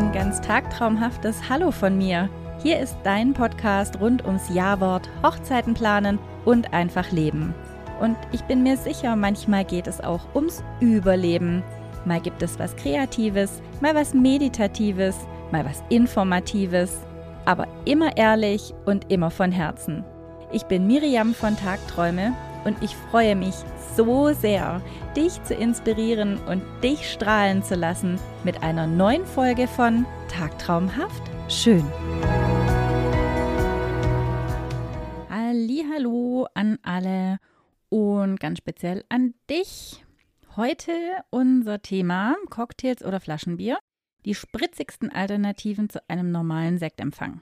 Ein ganz tagtraumhaftes Hallo von mir. Hier ist dein Podcast rund ums Ja-Wort, Hochzeiten planen und einfach leben. Und ich bin mir sicher, manchmal geht es auch ums Überleben. Mal gibt es was Kreatives, mal was Meditatives, mal was Informatives. Aber immer ehrlich und immer von Herzen. Ich bin Miriam von Tagträume und ich freue mich so sehr, dich zu inspirieren und dich strahlen zu lassen mit einer neuen Folge von Tagtraumhaft schön. Hallihallo an alle und ganz speziell an dich. Heute unser Thema Cocktails oder Flaschenbier, die spritzigsten Alternativen zu einem normalen Sektempfang.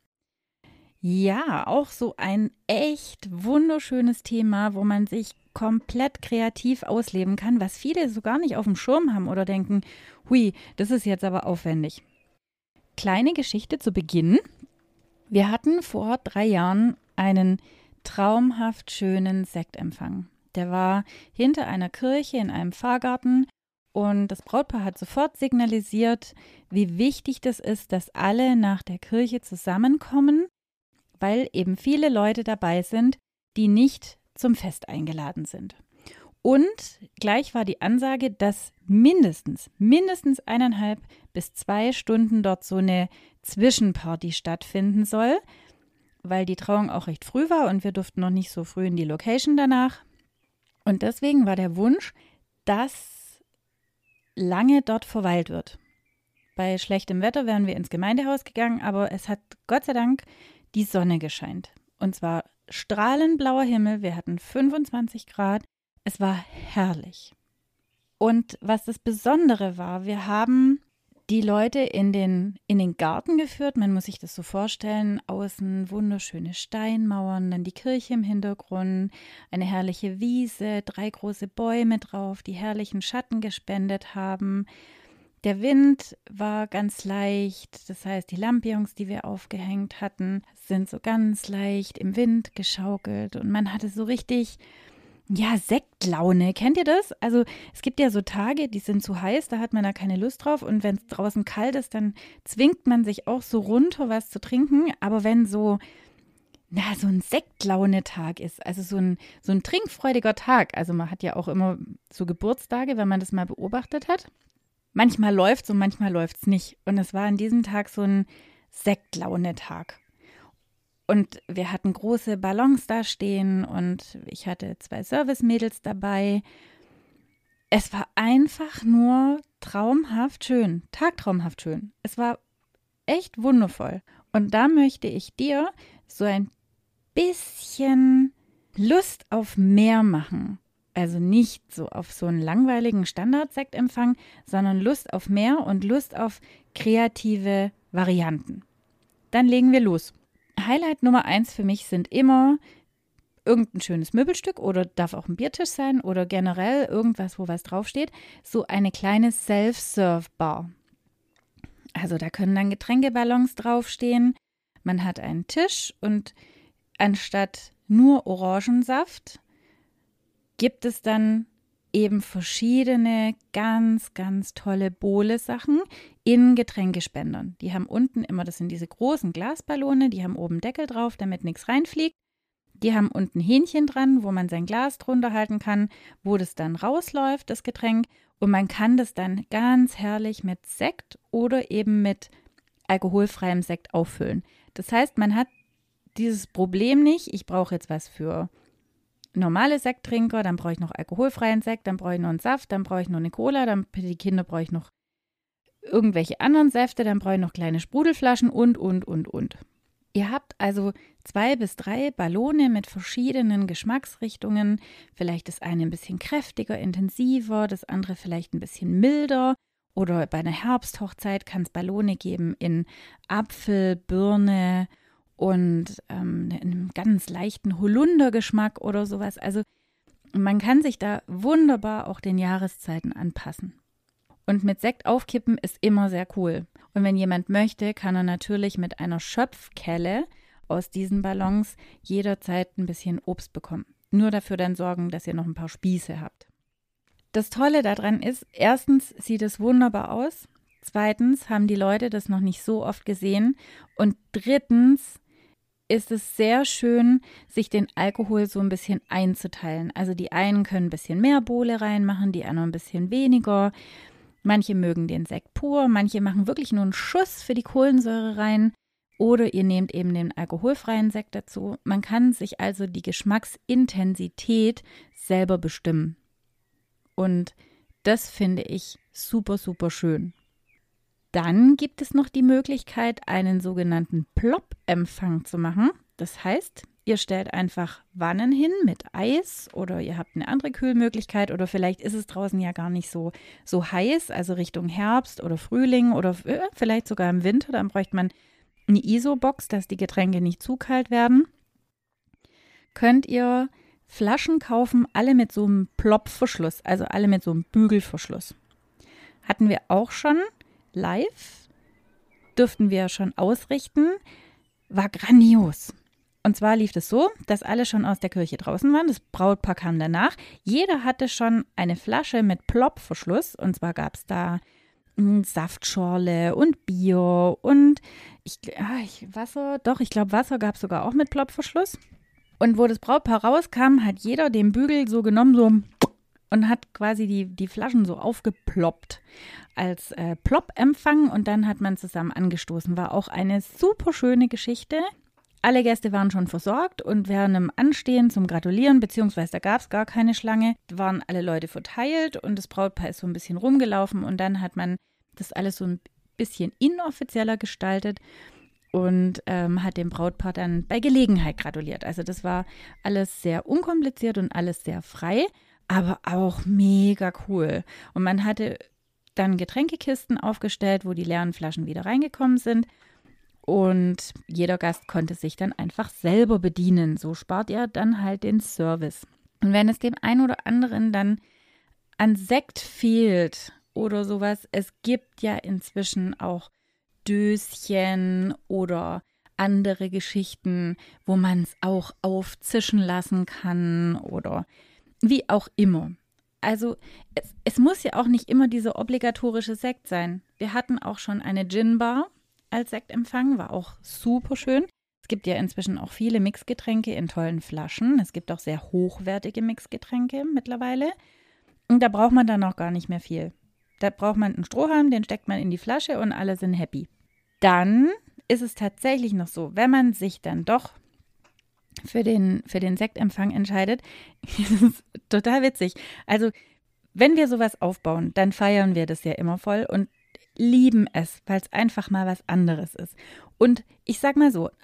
Ja, auch so ein echt wunderschönes Thema, wo man sich komplett kreativ ausleben kann, was viele so gar nicht auf dem Schirm haben oder denken, hui, das ist jetzt aber aufwendig. Kleine Geschichte zu Beginn. Wir hatten vor 3 Jahren einen traumhaft schönen Sektempfang. Der war hinter einer Kirche in einem Pfarrgarten und das Brautpaar hat sofort signalisiert, wie wichtig das ist, dass alle nach der Kirche zusammenkommen, weil eben viele Leute dabei sind, die nicht zum Fest eingeladen sind. Und gleich war die Ansage, dass mindestens 1,5 bis 2 Stunden dort so eine Zwischenparty stattfinden soll, weil die Trauung auch recht früh war und wir durften noch nicht so früh in die Location danach. Und deswegen war der Wunsch, dass lange dort verweilt wird. Bei schlechtem Wetter wären wir ins Gemeindehaus gegangen, aber es hat Gott sei Dank die Sonne gescheint. Und zwar strahlend blauer Himmel, wir hatten 25 Grad, es war herrlich. Und was das Besondere war, wir haben die Leute in den Garten geführt, man muss sich das so vorstellen, außen wunderschöne Steinmauern, dann die Kirche im Hintergrund, eine herrliche Wiese, 3 große Bäume drauf, die herrlichen Schatten gespendet haben. Der Wind war ganz leicht, das heißt, die Lampions, die wir aufgehängt hatten, sind so ganz leicht im Wind geschaukelt und man hatte so richtig, ja, Sektlaune. Kennt ihr das? Also es gibt ja so Tage, die sind zu heiß, da hat man da keine Lust drauf und wenn es draußen kalt ist, dann zwingt man sich auch so runter, was zu trinken, aber wenn so ein Sektlaune-Tag ist, also so ein trinkfreudiger Tag, also man hat ja auch immer so Geburtstage, wenn man das mal beobachtet hat. Manchmal läuft's und manchmal läuft's nicht. Und es war an diesem Tag so ein Sektlaune-Tag. Und wir hatten große Ballons da stehen und ich hatte 2 Service-Mädels dabei. Es war einfach nur traumhaft schön, tagtraumhaft schön. Es war echt wundervoll. Und da möchte ich dir so ein bisschen Lust auf mehr machen. Also nicht so auf so einen langweiligen Standardsektempfang, sondern Lust auf mehr und Lust auf kreative Varianten. Dann legen wir los. Highlight Nummer 1 für mich sind immer irgendein schönes Möbelstück oder darf auch ein Biertisch sein oder generell irgendwas, wo was draufsteht. So eine kleine Self-Serve-Bar. Also da können dann Getränkeballons draufstehen. Man hat einen Tisch und anstatt nur Orangensaft gibt es dann eben verschiedene ganz, ganz tolle Bowle-Sachen in Getränkespendern. Die haben unten immer, das sind diese großen Glasballone, die haben oben Deckel drauf, damit nichts reinfliegt. Die haben unten Hähnchen dran, wo man sein Glas drunter halten kann, wo das dann rausläuft, das Getränk. Und man kann das dann ganz herrlich mit Sekt oder eben mit alkoholfreiem Sekt auffüllen. Das heißt, man hat dieses Problem nicht, ich brauche jetzt was für normale Sekttrinker, dann brauche ich noch alkoholfreien Sekt, dann brauche ich noch einen Saft, dann brauche ich noch eine Cola, dann für die Kinder brauche ich noch irgendwelche anderen Säfte, dann brauche ich noch kleine Sprudelflaschen und. Ihr habt also 2 bis 3 Ballone mit verschiedenen Geschmacksrichtungen. Vielleicht das eine ein bisschen kräftiger, intensiver, das andere vielleicht ein bisschen milder. Oder bei einer Herbsthochzeit kann es Ballone geben in Apfel, Birne und einem ganz leichten Holundergeschmack oder sowas. Also man kann sich da wunderbar auch den Jahreszeiten anpassen. Und mit Sekt aufkippen ist immer sehr cool. Und wenn jemand möchte, kann er natürlich mit einer Schöpfkelle aus diesen Ballons jederzeit ein bisschen Obst bekommen. Nur dafür dann sorgen, dass ihr noch ein paar Spieße habt. Das Tolle daran ist, erstens sieht es wunderbar aus. Zweitens haben die Leute das noch nicht so oft gesehen. Und drittens ist es sehr schön, sich den Alkohol so ein bisschen einzuteilen. Also die einen können ein bisschen mehr Bole reinmachen, die anderen ein bisschen weniger. Manche mögen den Sekt pur, manche machen wirklich nur einen Schuss für die Kohlensäure rein. Oder ihr nehmt eben den alkoholfreien Sekt dazu. Man kann sich also die Geschmacksintensität selber bestimmen. Und das finde ich super, super schön. Dann gibt es noch die Möglichkeit, einen sogenannten Plop-Empfang zu machen. Das heißt, ihr stellt einfach Wannen hin mit Eis oder ihr habt eine andere Kühlmöglichkeit oder vielleicht ist es draußen ja gar nicht so heiß, also Richtung Herbst oder Frühling oder vielleicht sogar im Winter. Dann bräuchte man eine ISO-Box, dass die Getränke nicht zu kalt werden. Könnt ihr Flaschen kaufen, alle mit so einem Plop-Verschluss, also alle mit so einem Bügelverschluss. Hatten wir auch schon live, dürften wir schon ausrichten, war grandios. Und zwar lief es so, dass alle schon aus der Kirche draußen waren, das Brautpaar kam danach. Jeder hatte schon eine Flasche mit Plop-Verschluss und zwar gab es da Saftschorle und Bier und Wasser gab es sogar auch mit Plop-Verschluss. Und wo das Brautpaar rauskam, hat jeder den Bügel so genommen und hat quasi die Flaschen so aufgeploppt als Plop-Empfang und dann hat man zusammen angestoßen. War auch eine super schöne Geschichte. Alle Gäste waren schon versorgt und während dem Anstehen zum Gratulieren, beziehungsweise da gab es gar keine Schlange, waren alle Leute verteilt und das Brautpaar ist so ein bisschen rumgelaufen und dann hat man das alles so ein bisschen inoffizieller gestaltet und hat dem Brautpaar dann bei Gelegenheit gratuliert. Also das war alles sehr unkompliziert und alles sehr frei, aber auch mega cool. Und man hatte dann Getränkekisten aufgestellt, wo die leeren Flaschen wieder reingekommen sind. Und jeder Gast konnte sich dann einfach selber bedienen. So spart ihr dann halt den Service. Und wenn es dem einen oder anderen dann an Sekt fehlt oder sowas, es gibt ja inzwischen auch Döschen oder andere Geschichten, wo man es auch aufzischen lassen kann oder wie auch immer. Also es muss ja auch nicht immer dieser obligatorische Sekt sein. Wir hatten auch schon eine Gin-Bar als Sektempfang, war auch super schön. Es gibt ja inzwischen auch viele Mixgetränke in tollen Flaschen. Es gibt auch sehr hochwertige Mixgetränke mittlerweile. Und da braucht man dann auch gar nicht mehr viel. Da braucht man einen Strohhalm, den steckt man in die Flasche und alle sind happy. Dann ist es tatsächlich noch so, wenn man sich dann doch für den Sektempfang entscheidet, ist es total witzig. Also, wenn wir sowas aufbauen, dann feiern wir das ja immer voll und lieben es, weil es einfach mal was anderes ist. Und ich sag mal so,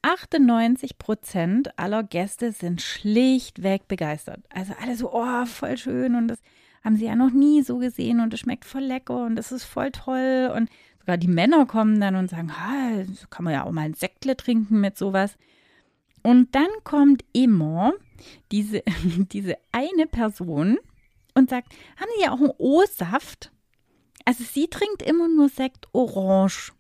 98% aller Gäste sind schlichtweg begeistert. Also alle so, oh, voll schön und das haben sie ja noch nie so gesehen und es schmeckt voll lecker und das ist voll toll. Und sogar die Männer kommen dann und sagen, so kann man ja auch mal ein Sektle trinken mit sowas. Und dann kommt immer diese eine Person und sagt, haben Sie ja auch einen O-Saft? Also sie trinkt immer nur Sekt Orange.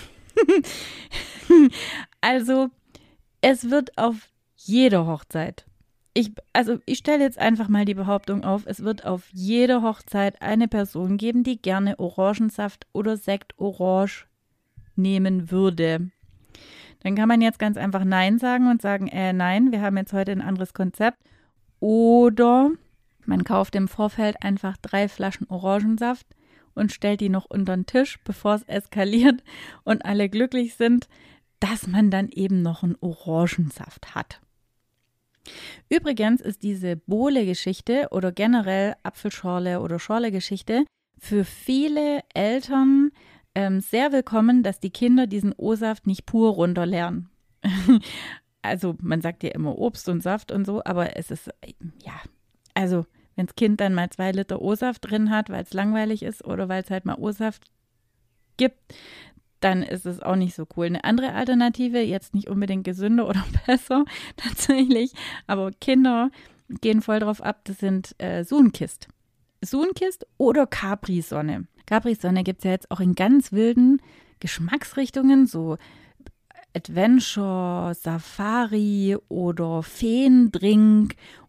Also es wird auf jeder Hochzeit, ich stelle jetzt einfach mal die Behauptung auf, es wird auf jeder Hochzeit eine Person geben, die gerne Orangensaft oder Sekt Orange nehmen würde. Dann kann man jetzt ganz einfach Nein sagen und sagen, nein, wir haben jetzt heute ein anderes Konzept. Oder man kauft im Vorfeld einfach 3 Flaschen Orangensaft und stellt die noch unter den Tisch, bevor es eskaliert und alle glücklich sind, dass man dann eben noch einen Orangensaft hat. Übrigens ist diese Bowle-Geschichte oder generell Apfelschorle oder Schorle-Geschichte für viele Eltern sehr willkommen, dass die Kinder diesen O-Saft nicht pur runterleeren. Also man sagt ja immer Obst und Saft und so, aber es ist, also wenn das Kind dann mal 2 Liter O-Saft drin hat, weil es langweilig ist oder weil es halt mal O-Saft gibt, dann ist es auch nicht so cool. Eine andere Alternative, jetzt nicht unbedingt gesünder oder besser tatsächlich, aber Kinder gehen voll drauf ab, das sind Sunkist. Sunkist oder Capri-Sonne. Capri-Sonne gibt es ja jetzt auch in ganz wilden Geschmacksrichtungen, so Adventure, Safari oder Feendrink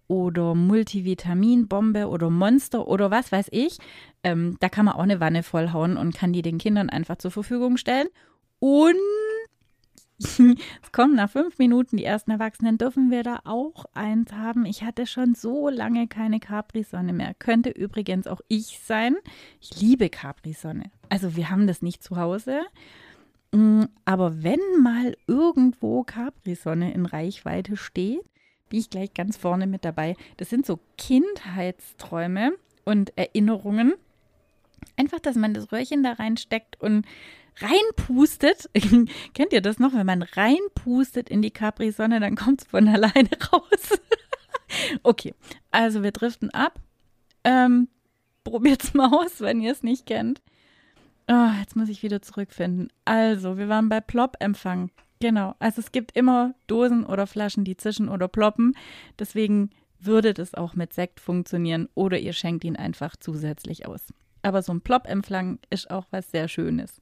oder Multivitaminbombe oder Monster oder was weiß ich. Da kann man auch eine Wanne vollhauen und kann die den Kindern einfach zur Verfügung stellen. Und es kommen nach 5 Minuten die ersten Erwachsenen, dürfen wir da auch eins haben. Ich hatte schon so lange keine Capri-Sonne mehr. Könnte übrigens auch ich sein. Ich liebe Capri-Sonne. Also wir haben das nicht zu Hause. Aber wenn mal irgendwo Capri-Sonne in Reichweite steht, bin ich gleich ganz vorne mit dabei. Das sind so Kindheitsträume und Erinnerungen. Einfach, dass man das Röhrchen da reinsteckt und reinpustet. Kennt ihr das noch? Wenn man reinpustet in die Capri-Sonne, dann kommt es von alleine raus. Okay, also wir driften ab. Probiert's mal aus, wenn ihr es nicht kennt. Oh, jetzt muss ich wieder zurückfinden. Also, wir waren bei Plop-Empfang. Genau, also es gibt immer Dosen oder Flaschen, die zischen oder ploppen. Deswegen würde das auch mit Sekt funktionieren oder ihr schenkt ihn einfach zusätzlich aus. Aber so ein Plop-Empfang ist auch was sehr Schönes.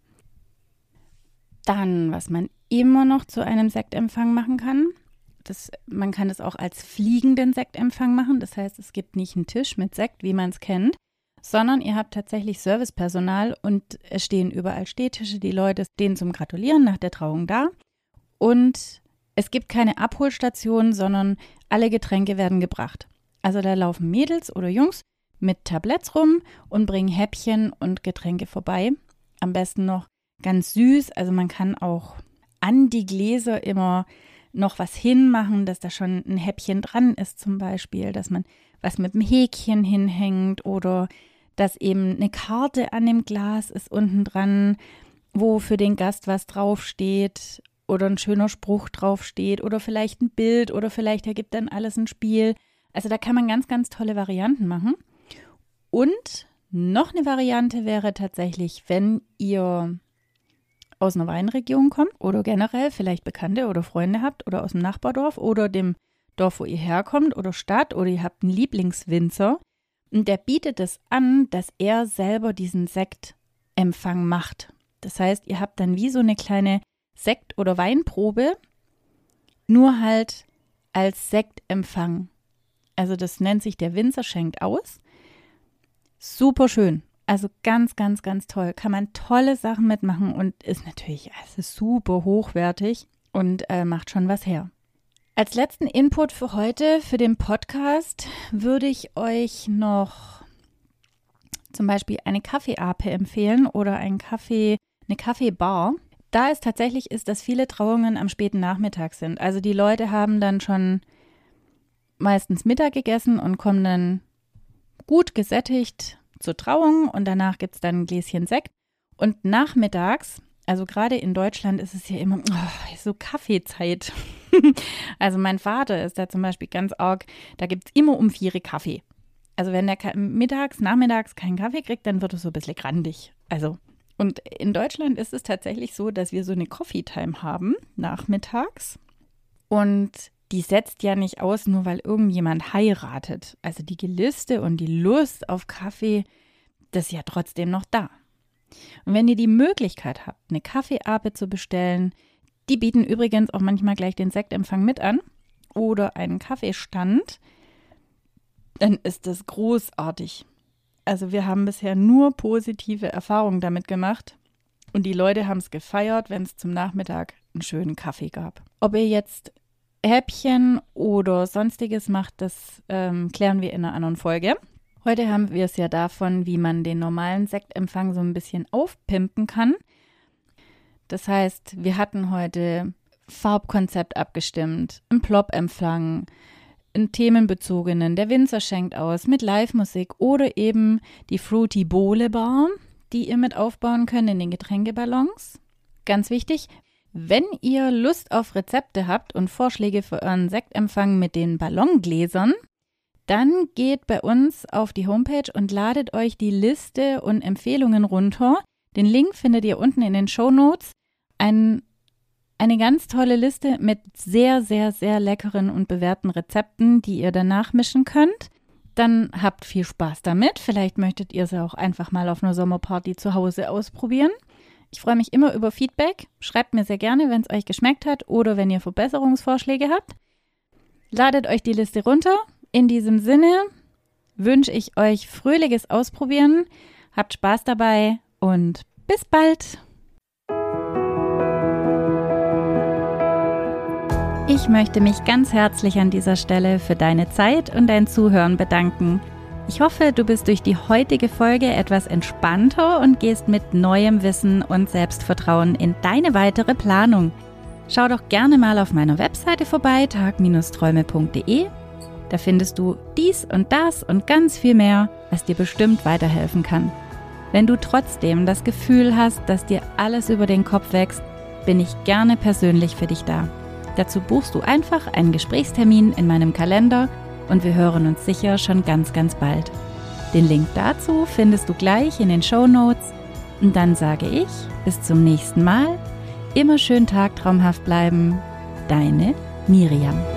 Dann, was man immer noch zu einem Sektempfang machen kann, man kann es auch als fliegenden Sektempfang machen. Das heißt, es gibt nicht einen Tisch mit Sekt, wie man es kennt, sondern ihr habt tatsächlich Servicepersonal und es stehen überall Stehtische. Die Leute stehen zum Gratulieren nach der Trauung da. Und es gibt keine Abholstation, sondern alle Getränke werden gebracht. Also da laufen Mädels oder Jungs mit Tabletts rum und bringen Häppchen und Getränke vorbei. Am besten noch ganz süß. Also man kann auch an die Gläser immer noch was hinmachen, dass da schon ein Häppchen dran ist zum Beispiel, dass man was mit dem Häkchen hinhängt oder dass eben eine Karte an dem Glas ist unten dran, wo für den Gast was draufsteht oder ein schöner Spruch draufsteht oder vielleicht ein Bild oder vielleicht ergibt dann alles ein Spiel. Also da kann man ganz, ganz tolle Varianten machen. Und noch eine Variante wäre tatsächlich, wenn ihr aus einer Weinregion kommt oder generell vielleicht Bekannte oder Freunde habt oder aus dem Nachbardorf oder dem Dorf, wo ihr herkommt oder Stadt oder ihr habt einen Lieblingswinzer und der bietet es an, dass er selber diesen Sektempfang macht. Das heißt, ihr habt dann wie so eine kleine Sekt- oder Weinprobe, nur halt als Sektempfang. Also das nennt sich der Winzer schenkt aus. Super schön. Also ganz, ganz, ganz toll. Kann man tolle Sachen mitmachen und ist natürlich super hochwertig und macht schon was her. Als letzten Input für heute, für den Podcast, würde ich euch noch zum Beispiel eine Kaffeeape empfehlen oder eine Kaffeebar. Da es tatsächlich ist, dass viele Trauungen am späten Nachmittag sind. Also die Leute haben dann schon meistens Mittag gegessen und kommen dann gut gesättigt zur Trauung und danach gibt es dann ein Gläschen Sekt. Und nachmittags, also gerade in Deutschland ist es ja immer so Kaffeezeit. Also mein Vater ist da zum Beispiel ganz arg, da gibt es immer um 4 Kaffee. Also wenn der nachmittags keinen Kaffee kriegt, dann wird es so ein bisschen grandig. Also und in Deutschland ist es tatsächlich so, dass wir so eine Coffee-Time haben, nachmittags. Und die setzt ja nicht aus, nur weil irgendjemand heiratet. Also die Gelüste und die Lust auf Kaffee, das ist ja trotzdem noch da. Und wenn ihr die Möglichkeit habt, eine Kaffeeape zu bestellen, die bieten übrigens auch manchmal gleich den Sektempfang mit an oder einen Kaffeestand, dann ist das großartig. Also wir haben bisher nur positive Erfahrungen damit gemacht und die Leute haben es gefeiert, wenn es zum Nachmittag einen schönen Kaffee gab. Ob ihr jetzt Häppchen oder sonstiges macht, das klären wir in einer anderen Folge. Heute haben wir es ja davon, wie man den normalen Sektempfang so ein bisschen aufpimpen kann. Das heißt, wir hatten heute Farbkonzept abgestimmt, einen Plop-Empfang, einen themenbezogenen, der Winzer schenkt aus mit Live-Musik oder eben die Fruity Bowle Bar, die ihr mit aufbauen könnt in den Getränkeballons. Ganz wichtig, wenn ihr Lust auf Rezepte habt und Vorschläge für euren Sektempfang mit den Ballongläsern, dann geht bei uns auf die Homepage und ladet euch die Liste und Empfehlungen runter. Den Link findet ihr unten in den Shownotes. Eine ganz tolle Liste mit sehr, sehr, sehr leckeren und bewährten Rezepten, die ihr danach mischen könnt. Dann habt viel Spaß damit. Vielleicht möchtet ihr sie auch einfach mal auf einer Sommerparty zu Hause ausprobieren. Ich freue mich immer über Feedback. Schreibt mir sehr gerne, wenn es euch geschmeckt hat oder wenn ihr Verbesserungsvorschläge habt. Ladet euch die Liste runter In diesem Sinne wünsche ich euch fröhliches Ausprobieren, habt Spaß dabei und bis bald! Ich möchte mich ganz herzlich an dieser Stelle für deine Zeit und dein Zuhören bedanken. Ich hoffe, du bist durch die heutige Folge etwas entspannter und gehst mit neuem Wissen und Selbstvertrauen in deine weitere Planung. Schau doch gerne mal auf meiner Webseite vorbei, tag-träume.de. Da findest du dies und das und ganz viel mehr, was dir bestimmt weiterhelfen kann. Wenn du trotzdem das Gefühl hast, dass dir alles über den Kopf wächst, bin ich gerne persönlich für dich da. Dazu buchst du einfach einen Gesprächstermin in meinem Kalender und wir hören uns sicher schon ganz, ganz bald. Den Link dazu findest du gleich in den Shownotes. Und dann sage ich, bis zum nächsten Mal. Immer schön tagtraumhaft bleiben. Deine Miriam.